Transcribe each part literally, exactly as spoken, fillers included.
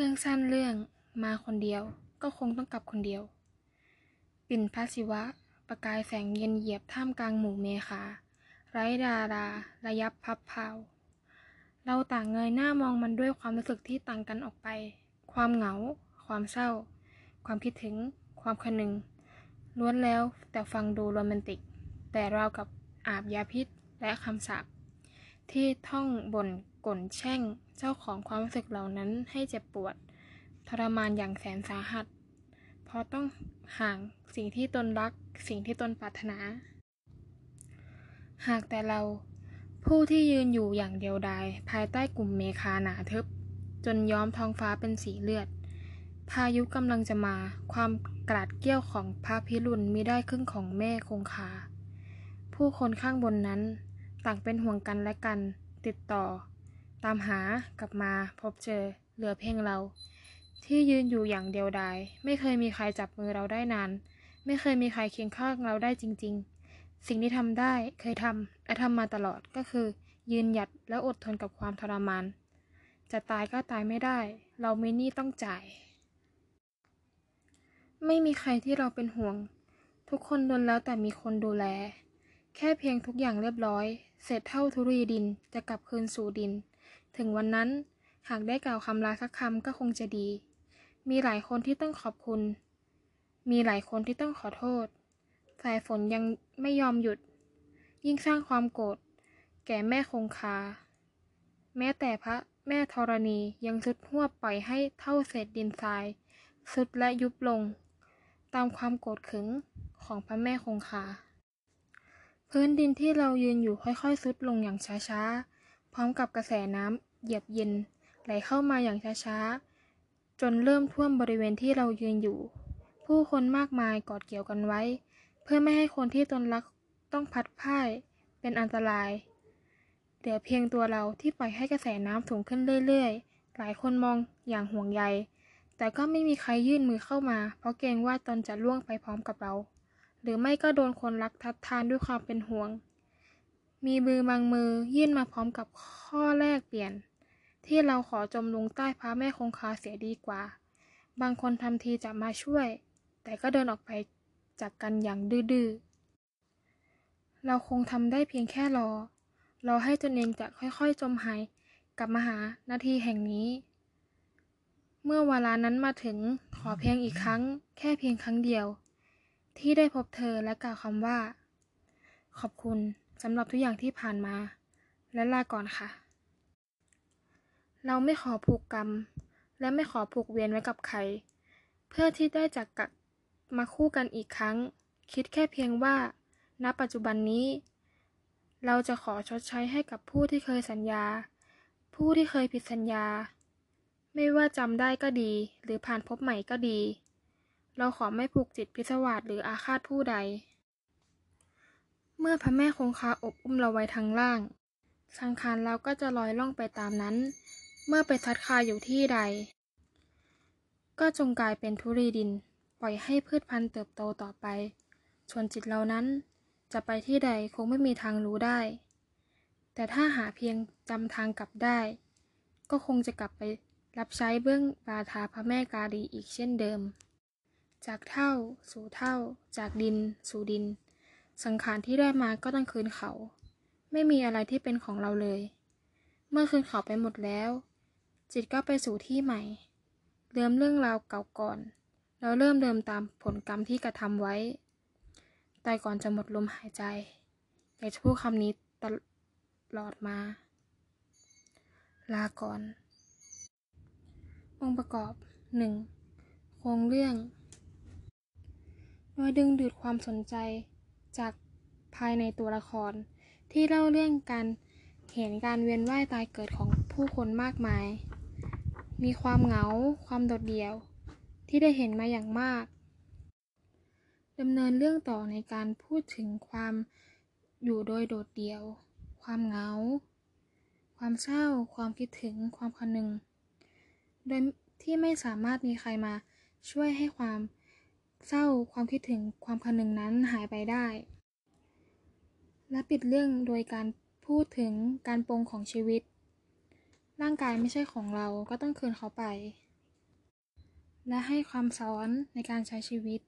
เรื่องสั้นเรื่องมาคนเดียวก็คงต้องกลับคนเดียวปิ่นพระศิวะประกายแสงเย็นเหยียบท่ามกลางหมู่เมฆาไร้ดาราระยับพับพาวเราต่างเงยหน้ามองมันด้วยความรู้สึกที่ต่างกันออกไปความเหงาความเศร้าความคิดถึงความคะนึงล้วนแล้วแต่ฟังดูโรแมนติกแต่ราวกับอาบยาพิษและคำสาปที่ท่องบ่นก่นแช่งเจ้าของความรู้สึกเหล่านั้นให้เจ็บปวดทรมานอย่างแสนสาหัสเพราะต้องห่างสิ่งที่ตนรักสิ่งที่ตนปรารถนาหากแต่เราผู้ที่ยืนอยู่อย่างเดียวดายภายใต้กลุ่มเมฆาหนาทึบจนย้อมท้องฟ้าเป็นสีเลือดพายุกำลังจะมาความกราดเกรี้ยวของพระพิรุณมิได้ครึ่งของแม่คงคาผู้คนข้างบนนั้นต่างเป็นห่วงกันและกันติดต่อตามหากลับมาพบเจอเหลือเพียงเราที่ยืนอยู่อย่างเดียวดายไม่เคยมีใครจับมือเราได้นานไม่เคยมีใครเคียงข้างเราได้จริงๆสิ่งที่ทำได้เคยทำและทำมาตลอดก็คือยืนหยัดและอดทนกับความทรมานจะตายก็ตายไม่ได้เรามีหนี้ต้องจ่ายไม่มีใครที่เราเป็นห่วงทุกคนล้วนแล้วแต่มีคนดูแลแค่เพียงทุกอย่างเรียบร้อยเศษเท่าธุลีดินจะกลับคืนสู่ดินถึงวันนั้นหากได้กล่าวคำลาสักคำก็คงจะดีมีหลายคนที่ต้องขอบคุณมีหลายคนที่ต้องขอโทษสายฝนยังไม่ยอมหยุดยิ่งสร้างความโกรธแก่แม่คงคาแม้แต่พระแม่ธรณียังทรุดหวบปล่อยให้เท่าเศษดินทรายทรุดและยุบลงตามความโกรธขึงของพระแม่คงคาพื้นดินที่เรายืนอยู่ค่อยๆทรุดลงอย่างช้าๆพร้อมกับกระแสน้ำเหยียบเย็นไหลเข้ามาอย่างช้าๆจนเริ่มท่วมบริเวณที่เรายืนอยู่ผู้คนมากมายกอดเกี่ยวกันไว้เพื่อไม่ให้คนที่ตนรักต้องพัดพ่ายเป็นอันตรายเหลือเพียงตัวเราที่ปล่อยให้กระแสน้ำสูงขึ้นเรื่อยๆหลายคนมองอย่างห่วงใยแต่ก็ไม่มีใครยื่นมือเข้ามาเพราะเกรงว่าตนจะล่วงไปพร้อมกับเราหรือไม่ก็โดนคนรักทัดทานด้วยความเป็นห่วงมีมือบางมือยื่นมาพร้อมกับข้อแลกเปลี่ยนที่เราขอจมลงใต้พระแม่คงคาเสียดีกว่าบางคนทำทีจะมาช่วยแต่ก็เดินออกไปจากกันอย่างดื้อๆเราคงทำได้เพียงแค่รอรอให้ตนเองจะค่อยๆจมหายกลับมาหานาทีแห่งนี้เมื่อเวลานั้นมาถึงขอเพียงอีกครั้งแค่เพียงครั้งเดียวที่ได้พบเธอและกล่าวคำว่าขอบคุณสำหรับทุกอย่างที่ผ่านมาและลาก่อนค่ะเราไม่ขอผูกกรรมและไม่ขอผูกเวรไว้กับใครเพื่อที่ได้จากกลับมาคู่กันอีกครั้งคิดแค่เพียงว่าณปัจจุบันนี้เราจะขอชดใช้ให้กับผู้ที่เคยสัญญาผู้ที่เคยผิดสัญญาไม่ว่าจำได้ก็ดีหรือผ่านพบใหม่ก็ดีเราขอไม่ผูกจิตพิศวาสหรืออาฆาตผู้ใดเมื่อพระแม่คงคาอบอุ้มเราไว้ทางล่างสังขารเราก็จะลอยล่องไปตามนั้นเมื่อไปทัดคาอยู่ที่ใดก็จงกลายเป็นธุลีดินปล่อยให้พืชพันธุ์เติบโตต่อไปส่วนจิตเรานั้นจะไปที่ใดคงไม่มีทางรู้ได้แต่ถ้าหาเพียงจำทางกลับได้ก็คงจะกลับไปรับใช้เบื้องบาทาพระแม่กาลีอีกเช่นเดิมจากเท่าสู่เท่าจากดินสู่ดินสังขารที่ได้มาก็ต้องคืนเขาไม่มีอะไรที่เป็นของเราเลยเมื่อคืนเขาไปหมดแล้วจิตก็ไปสู่ที่ใหม่เริ่มเรื่องราวเก่าก่อนแล้วเริ่มเดิมตามผลกรรมที่กระทำไว้แต่ก่อนจะหมดลมหายใจอยากจะพูดคำนี้ตลอดมาลาก่อนองค์ประกอบ หนึ่ง โครงเรื่องโดยดึงดูดความสนใจจากภายในตัวละครที่เล่าเรื่องการเห็นการเวียนว่ายตายเกิดของผู้คนมากมายมีความเหงาความโดดเดี่ยวที่ได้เห็นมาอย่างมากดำเนินเรื่องต่อในการพูดถึงความอยู่โดยโดดเดี่ยวความเหงาความเศร้าความคิดถึงความคะนึงโดยที่ไม่สามารถมีใครมาช่วยให้ความเศร้าความคิดถึงความคะนึงนั้นหายไปได้และปิดเรื่องโดยการพูดถึงการปลงของชีวิตร่างกายไม่ใช่ของเราก็ต้องคืนเขาไปและให้ความสอนในการใช้ชีวิต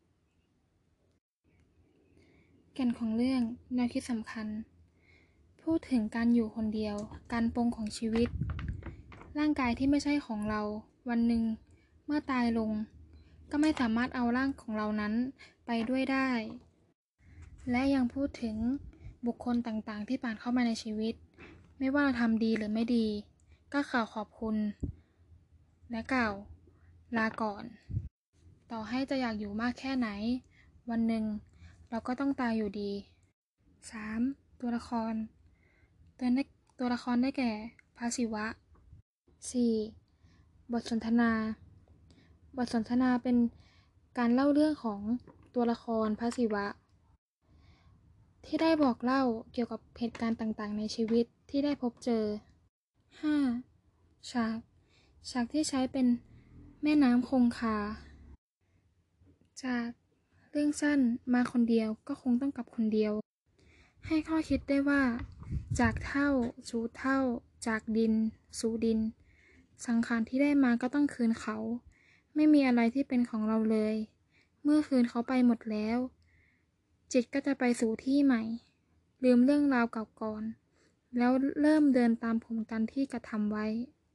แก่นของเรื่องแนวคิดสำคัญพูดถึงการอยู่คนเดียวการปลงของชีวิตร่างกายที่ไม่ใช่ของเราวันหนึ่งเมื่อตายลงก็ไม่สามารถเอาร่างของเรานั้นไปด้วยได้และยังพูดถึงบุคคลต่างๆที่ผ่านเข้ามาในชีวิตไม่ว่าเราทำดีหรือไม่ดีก็กล่าวขอบคุณและกล่าวลาก่อนต่อให้จะอยากอยู่มากแค่ไหนวันหนึ่งเราก็ต้องตายอยู่ดี สาม. ตัวละครตัวได้ตัวละครได้แก่พระศิวะ สี่. บทสนทนาบทสนทนาเป็นการเล่าเรื่องของตัวละครพระศิวะที่ได้บอกเล่าเกี่ยวกับเหตุการณ์ต่างๆในชีวิตที่ได้พบเจอ ห้า. ฉากฉากที่ใช้เป็นแม่น้ำคงคาจากเรื่องสั้นมาคนเดียวก็คงต้องกลับคนเดียวให้ข้อคิดได้ว่าจากเท่าสู่เท่าจากดินสู่ดินสังขารที่ได้มาก็ต้องคืนเขาไม่มีอะไรที่เป็นของเราเลยเมื่อคืนเขาไปหมดแล้วจิตก็จะไปสู่ที่ใหม่ลืมเรื่องราวเก่าก่อนแล้วเริ่มเดินตามผลการที่กระทำไว้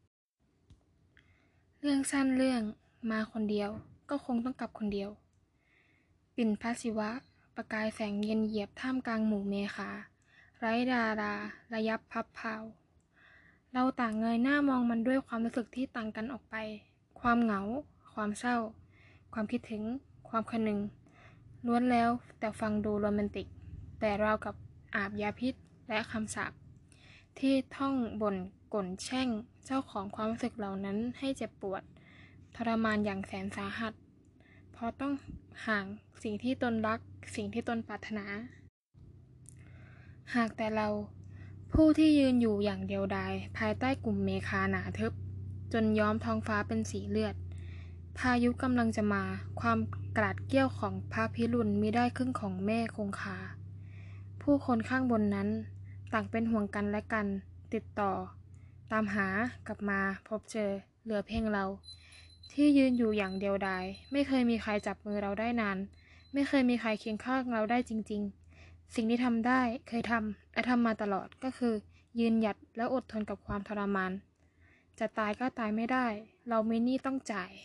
เรื่องสั้นเรื่องมาคนเดียวก็คงต้องกลับคนเดียวปิ่นพระศิวะประกายแสงเย็นเหยียบท่ามกลางหมู่เมฆาไร้ดาราระยับพับพาวเราต่างเงยหน้ามองมันด้วยความรู้สึกที่ต่างกันออกไปความเหงาความเศร้าความคิดถึงความคนึงล้วนแล้วแต่ฟังดูโรแมนติกแต่ราวกับอาบยาพิษและคำสาปที่ท่องบ่นก่นแช่งเจ้าของความรู้สึกเหล่านั้นให้เจ็บปวดทรมานอย่างแสนสาหัสเพราะต้องห่างสิ่งที่ตนรักสิ่งที่ตนปรารถนาหากแต่เราผู้ที่ยืนอยู่อย่างเดียวดายภายใต้กลุ่มเมฆาหนาทึบจนย้อมท้องฟ้าเป็นสีเลือดพายุกำลังจะมาความกราดเกรี้ยวของพระพิรุณมิได้ครึ่งของแม่คงคาผู้คนข้างบนนั้นต่างเป็นห่วงกันและกันติดต่อตามหากลับมาพบเจอเหลือเพียงเราที่ยืนอยู่อย่างเดียวดายไม่เคยมีใครจับมือเราได้นานไม่เคยมีใครเคียงข้างเราได้จริงๆสิ่งที่ทำได้เคยทำและทำมาตลอดก็คือยืนหยัดและอดทนกับความทรมานจะตายก็ตายไม่ได้เรามีหนี้ต้องจ่าย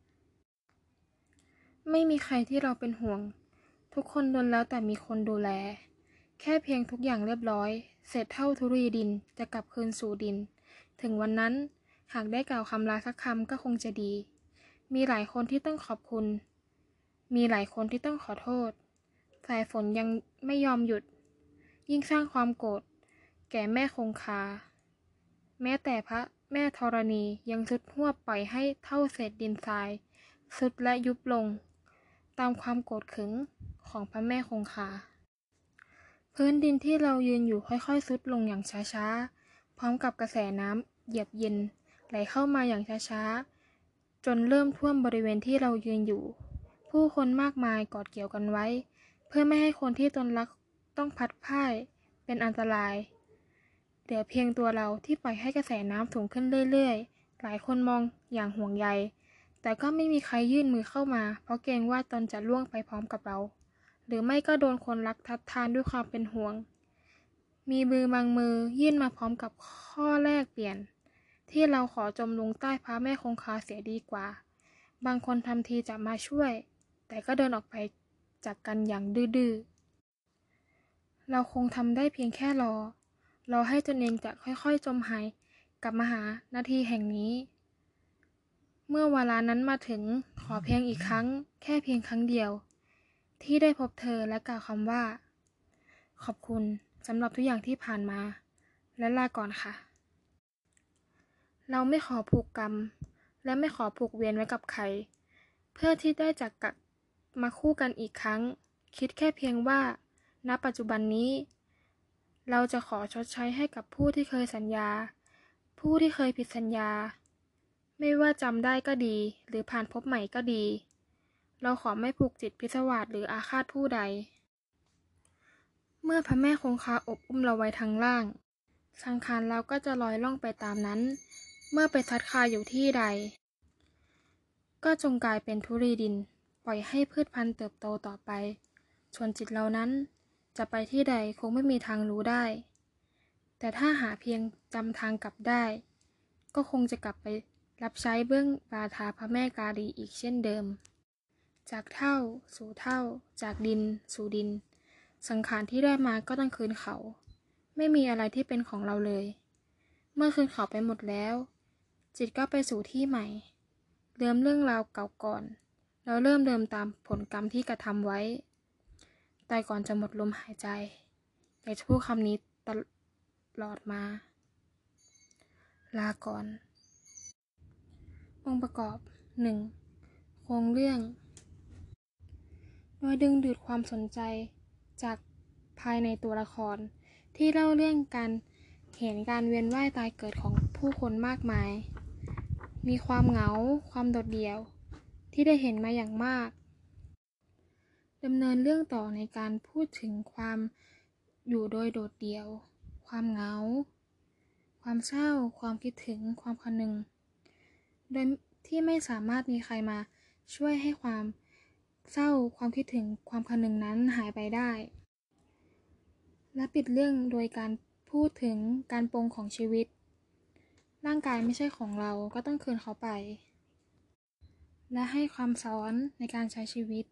ไม่มีใครที่เราเป็นห่วงทุกคนล้วนแล้วแต่มีคนดูแลแค่เพียงทุกอย่างเรียบร้อยเศษเท่าธุลีดินจะกลับคืนสู่ดินถึงวันนั้นหากได้กล่าวคำลาสักคำก็คงจะดีมีหลายคนที่ต้องขอบคุณมีหลายคนที่ต้องขอโทษสายฝนยังไม่ยอมหยุดยิ่งสร้างความโกรธแก่แม่คงคาแม้แต่พระแม่ธรณียังทรุดหวบปล่อยให้เท่าเศษดินทรายทรุดและยุบลงตามความโกรธขึงของพระแม่คงคาพื้นดินที่เรายืนอยู่ค่อยๆทรุดลงอย่างช้าๆพร้อมกับกระแสน้ำเหยียบเย็นไหลเข้ามาอย่างช้าๆจนเริ่มท่วมบริเวณที่เรายืนอยู่ผู้คนมากมายกอดเกี่ยวกันไว้เพื่อไม่ให้คนที่ตนรักต้องพัดพ่ายเป็นอันตรายเหลือเพียงตัวเราที่ปล่อยให้กระแสน้ำสูงขึ้นเรื่อยๆหลายคนมองอย่างห่วงใยแต่ก็ไม่มีใครยื่นมือเข้ามาเพราะเกรงว่าตนจะล่วงไปพร้อมกับเราหรือไม่ก็โดนคนรักทัดทานด้วยความเป็นห่วงมีมือบางมือยื่นมาพร้อมกับข้อแลกเปลี่ยนที่เราขอจมลงใต้พระแม่คงคาเสียดีกว่าบางคนทำทีจะมาช่วยแต่ก็เดินออกไปจากกันอย่างดื้อๆเราคงทำได้เพียงแค่รอรอให้ตนเองจะค่อยๆจมหายกลับมาหานาทีแห่งนี้เมื่อเวลานั้นมาถึงขอเพียงอีกครั้งแค่เพียงครั้งเดียวที่ได้พบเธอและกล่าวคำว่าขอบคุณสำหรับทุกอย่างที่ผ่านมาและลาก่อนค่ะเราไม่ขอผูกกรรมและไม่ขอผูกเวรไว้กับใครเพื่อที่ได้จากกลับมาคู่กันอีกครั้งคิดแค่เพียงว่าณปัจจุบันนี้เราจะขอชดใช้ให้กับผู้ที่เคยสัญญาผู้ที่เคยผิดสัญญาไม่ว่าจำได้ก็ดีหรือผ่านพบใหม่ก็ดีเราขอไม่ผูกจิตพิศวาสหรืออาฆาตผู้ใดเมื่อพระแม่คงคาอบอุ้มเราไว้ทางล่างสังขารเราก็จะลอยล่องไปตามนั้นเมื่อไปซัดคาอยู่ที่ใดก็จงกลายเป็นธุลีดินปล่อยให้พืชพันธุ์เติบโตต่อไปส่วนจิตเรานั้นจะไปที่ใดคงไม่มีทางรู้ได้แต่ถ้าหาเพียงจำทางกลับได้ก็คงจะกลับไปรับใช้เบื้องบาทาพระแม่กาลีอีกเช่นเดิมจากเท่าสู่เท่าจากดินสู่ดินสังขารที่ได้มาก็ต้องคืนเขาไม่มีอะไรที่เป็นของเราเลยเมื่อคืนเขาไปหมดแล้วจิตก็ไปสู่ที่ใหม่ลืมเรื่องราวเก่าก่อนแล้วเริ่มเดิมตามผลกรรมที่กระทำไว้แต่ก่อนจะหมดลมหายใจอยากจะพูดคำนี้ตลอดมาลาก่อนองค์ประกอบ หนึ่ง โครงเรื่องโดยดึงดูดความสนใจจากภายในตัวละครที่เล่าเรื่องการเห็นการเวียนว่ายตายเกิดของผู้คนมากมายมีความเหงาความโดดเดี่ยวที่ได้เห็นมาอย่างมากดำเนินเรื่องต่อในการพูดถึงความอยู่โดยโดดเดี่ยวความเหงาความเศร้าความคิดถึงความคนึงโดยที่ไม่สามารถมีใครมาช่วยให้ความเศร้าความคิดถึงความคนึงนั้นหายไปได้และปิดเรื่องโดยการพูดถึงการปลงของชีวิตร่างกายไม่ใช่ของเราก็ต้องคืนเขาไปและให้ความสอนในการใช้ชีวิต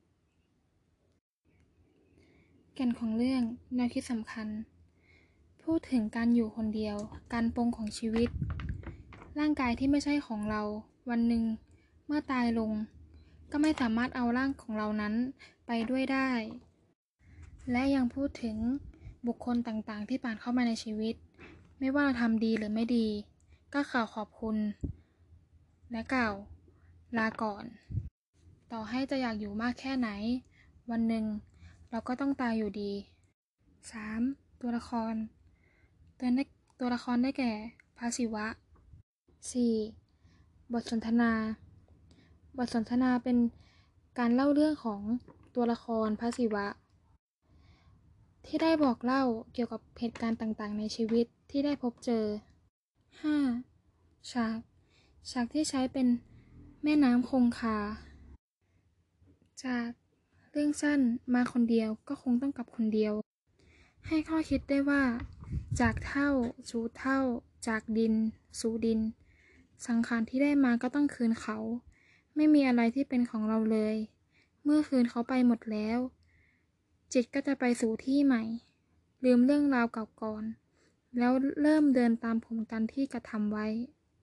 แก่นของเรื่องแนวคิดสำคัญพูดถึงการอยู่คนเดียวการปลงของชีวิตร่างกายที่ไม่ใช่ของเราวันหนึ่งเมื่อตายลงก็ไม่สามารถเอาร่างของเรานั้นไปด้วยได้และยังพูดถึงบุคคลต่างๆที่ผ่านเข้ามาในชีวิตไม่ว่าเราทำดีหรือไม่ดีก็กล่าวขอบคุณและกล่าวลาก่อนต่อให้จะอยากอยู่มากแค่ไหนวันหนึ่งเราก็ต้องตายอยู่ดี สาม ตัวละครตัวได้ตัวละครได้แก่พระศิวะ สี่ บทสนทนาบทสนทนาเป็นการเล่าเรื่องของตัวละครพระศิวะที่ได้บอกเล่าเกี่ยวกับเหตุการณ์ต่างๆในชีวิตที่ได้พบเจอ ห้า ฉากฉากที่ใช้เป็นแม่น้ำคงคาจากเรื่องสั้นมาคนเดียวก็คงต้องกลับคนเดียวให้ข้อคิดได้ว่าจากเท่าสู่เท่าจากดินสู่ดินสังขารที่ได้มาก็ต้องคืนเขาไม่มีอะไรที่เป็นของเราเลยเมื่อคืนเขาไปหมดแล้วจิตก็จะไปสู่ที่ใหม่ลืมเรื่องราวเก่าก่อนแล้วเริ่มเดินตามผลกรรมที่กระทำไว้